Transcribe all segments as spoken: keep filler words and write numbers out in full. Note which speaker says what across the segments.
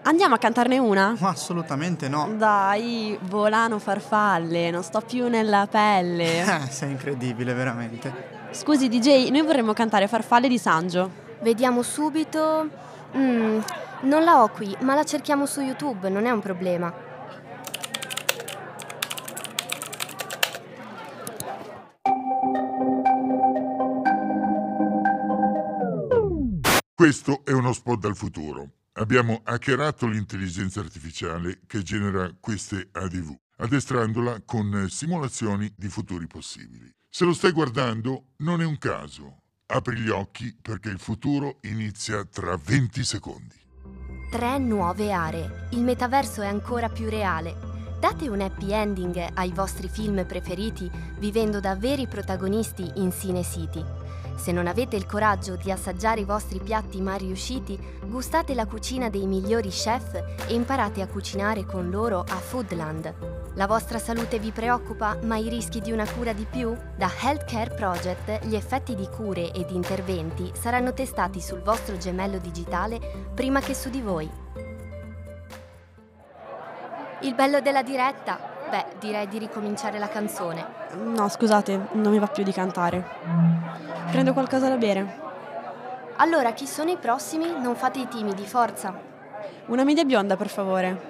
Speaker 1: Andiamo a cantarne una?
Speaker 2: Ma assolutamente no.
Speaker 1: Dai, volano farfalle, non sto più nella pelle.
Speaker 2: Eh, sei incredibile, veramente.
Speaker 1: Scusi D J, noi vorremmo cantare Farfalle di Sangio.
Speaker 3: Vediamo subito. Mm, non la ho qui, ma la cerchiamo su YouTube, non è un problema.
Speaker 4: Questo è uno spot dal futuro. Abbiamo hackerato l'intelligenza artificiale che genera queste A D V, addestrandola con simulazioni di futuri possibili. Se lo stai guardando, non è un caso. Apri gli occhi perché il futuro inizia tra venti secondi.
Speaker 3: Tre nuove aree. Il metaverso è ancora più reale. Date un happy ending ai vostri film preferiti vivendo da veri protagonisti in Cine City. Se non avete il coraggio di assaggiare i vostri piatti mai riusciti, gustate la cucina dei migliori chef e imparate a cucinare con loro a Foodland. La vostra salute vi preoccupa, ma i rischi di una cura di più? Da Healthcare Project gli effetti di cure e di interventi saranno testati sul vostro gemello digitale prima che su di voi. Il bello della diretta? Beh, direi di ricominciare la canzone.
Speaker 1: No, scusate, non mi va più di cantare. Prendo qualcosa da bere.
Speaker 3: Allora, chi sono i prossimi? Non fate i timidi, forza.
Speaker 1: Una media bionda, per favore.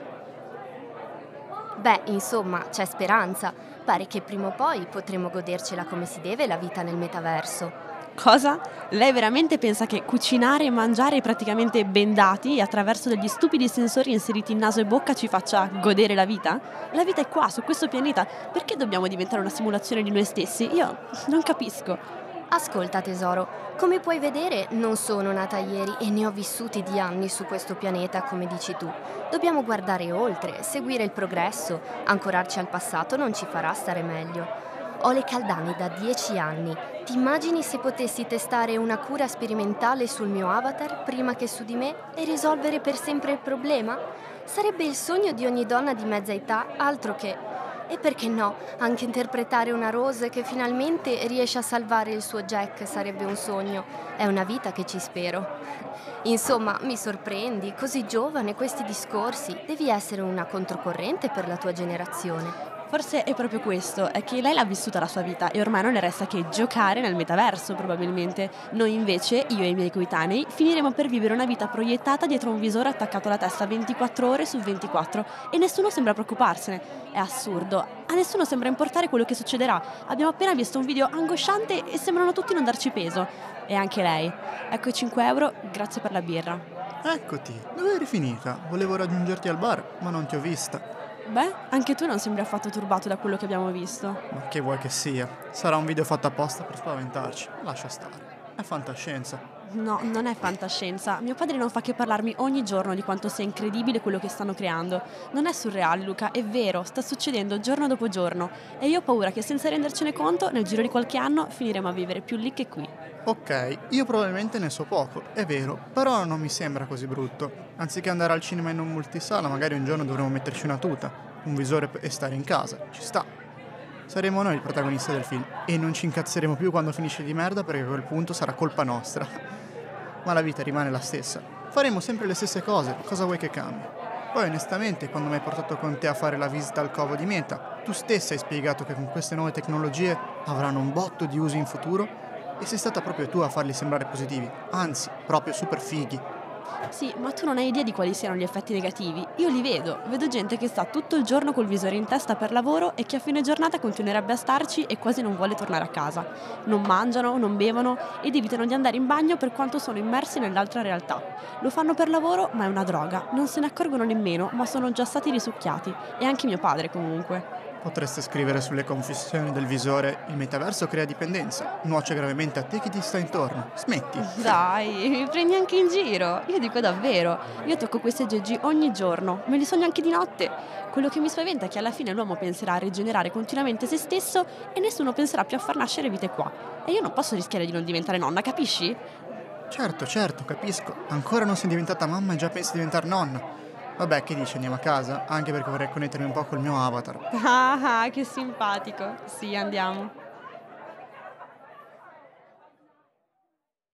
Speaker 3: Beh, insomma, c'è speranza. Pare che prima o poi potremo godercela come si deve la vita nel metaverso.
Speaker 1: Cosa? Lei veramente pensa che cucinare e mangiare praticamente bendati attraverso degli stupidi sensori inseriti in naso e bocca ci faccia godere la vita? La vita è qua, su questo pianeta. Perché dobbiamo diventare una simulazione di noi stessi? Io non capisco.
Speaker 3: Ascolta tesoro, come puoi vedere non sono nata ieri e ne ho vissuti di anni su questo pianeta come dici tu. Dobbiamo guardare oltre, seguire il progresso, ancorarci al passato non ci farà stare meglio. Ho le caldane da dieci anni. Ti immagini se potessi testare una cura sperimentale sul mio avatar prima che su di me e risolvere per sempre il problema? Sarebbe il sogno di ogni donna di mezza età, altro che... E perché no, anche interpretare una Rose che finalmente riesce a salvare il suo Jack sarebbe un sogno. È una vita che ci spero. Insomma, mi sorprendi, così giovane, questi discorsi. Devi essere una controcorrente per la tua generazione.
Speaker 1: Forse è proprio questo, è che lei l'ha vissuta la sua vita e ormai non le resta che giocare nel metaverso, probabilmente. Noi invece, io e i miei coetanei, finiremo per vivere una vita proiettata dietro un visore attaccato alla testa ventiquattro ore su ventiquattro e nessuno sembra preoccuparsene. È assurdo, a nessuno sembra importare quello che succederà. Abbiamo appena visto un video angosciante e sembrano tutti non darci peso. E anche lei. Ecco i cinque euro, grazie per la birra.
Speaker 2: Eccoti, dove eri finita? Volevo raggiungerti al bar, ma non ti ho vista.
Speaker 1: Beh, anche tu non sembri affatto turbato da quello che abbiamo visto.
Speaker 2: Ma che vuoi che sia? Sarà un video fatto apposta per spaventarci. Lascia stare. È fantascienza.
Speaker 1: No, non è fantascienza. Mio padre non fa che parlarmi ogni giorno di quanto sia incredibile quello che stanno creando. Non è surreale, Luca, è vero, sta succedendo giorno dopo giorno. E io ho paura che senza rendercene conto, nel giro di qualche anno, finiremo a vivere più lì che qui.
Speaker 2: Ok, io probabilmente ne so poco, è vero, però non mi sembra così brutto. Anziché andare al cinema in un multisala, magari un giorno dovremo metterci una tuta, un visore e stare in casa. Ci sta. Saremo noi il protagonista del film e non ci incazzeremo più quando finisce di merda perché a quel punto sarà colpa nostra. Ma la vita rimane la stessa. Faremo sempre le stesse cose, cosa vuoi che cambi? Poi onestamente, quando mi hai portato con te a fare la visita al covo di Meta, tu stessa hai spiegato che con queste nuove tecnologie avranno un botto di usi in futuro e sei stata proprio tu a farli sembrare positivi, anzi, proprio super fighi.
Speaker 1: Sì, ma tu non hai idea di quali siano gli effetti negativi. Io li vedo. Vedo gente che sta tutto il giorno col visore in testa per lavoro e che a fine giornata continuerebbe a starci e quasi non vuole tornare a casa. Non mangiano, non bevono ed evitano di andare in bagno per quanto sono immersi nell'altra realtà. Lo fanno per lavoro, ma è una droga. Non se ne accorgono nemmeno, ma sono già stati risucchiati. E anche mio padre, comunque.
Speaker 2: Potreste scrivere sulle confessioni del visore: il metaverso crea dipendenza, nuoce gravemente a te che ti sta intorno. Smetti.
Speaker 1: Dai, mi prendi anche in giro. Io dico davvero. Io tocco questi aggeggi ogni giorno. Me li sogno anche di notte. Quello che mi spaventa è che alla fine l'uomo penserà a rigenerare continuamente se stesso e nessuno penserà più a far nascere vite qua. E io non posso rischiare di non diventare nonna, capisci?
Speaker 2: Certo, certo, capisco. Ancora non sei diventata mamma e già pensi di diventare nonna. Vabbè, che dici, andiamo a casa? Anche perché vorrei connettermi un po' col mio avatar.
Speaker 1: Ah, ah, che simpatico. Sì, andiamo.